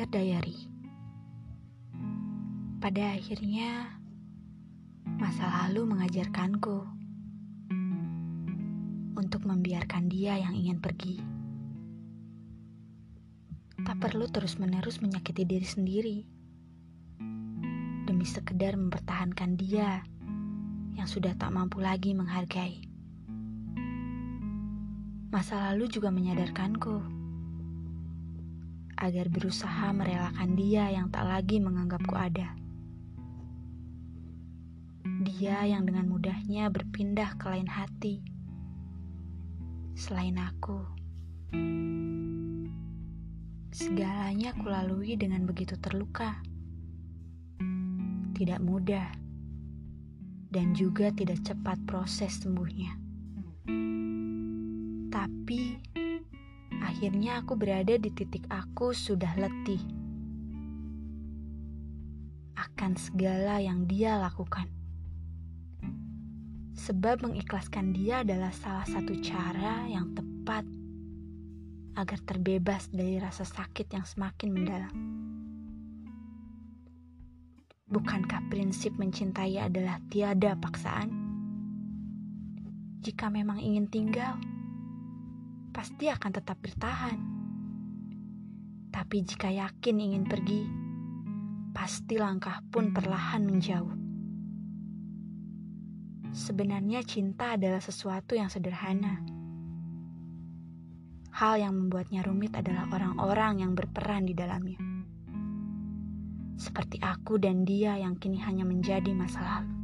Dear Diary. Pada akhirnya, masa lalu mengajarkanku untuk membiarkan dia yang ingin pergi. Tak perlu terus-menerus menyakiti diri sendiri demi sekedar mempertahankan dia yang sudah tak mampu lagi menghargai. Masa lalu juga menyadarkanku agar berusaha merelakan dia yang tak lagi menganggapku ada. Dia yang dengan mudahnya berpindah ke lain hati selain aku. Segalanya kulalui dengan begitu terluka. Tidak mudah dan juga tidak cepat proses sembuhnya. Tapi akhirnya aku berada di titik aku sudah letih akan segala yang dia lakukan. Sebab mengikhlaskan dia adalah salah satu cara yang tepat agar terbebas dari rasa sakit yang semakin mendalam. Bukankah prinsip mencintai adalah tiada paksaan? Jika memang ingin tinggal, pasti akan tetap bertahan. Tapi jika yakin ingin pergi, pasti langkah pun perlahan menjauh. Sebenarnya cinta adalah sesuatu yang sederhana. Hal yang membuatnya rumit adalah orang-orang yang berperan di dalamnya. Seperti aku dan dia yang kini hanya menjadi masa lalu.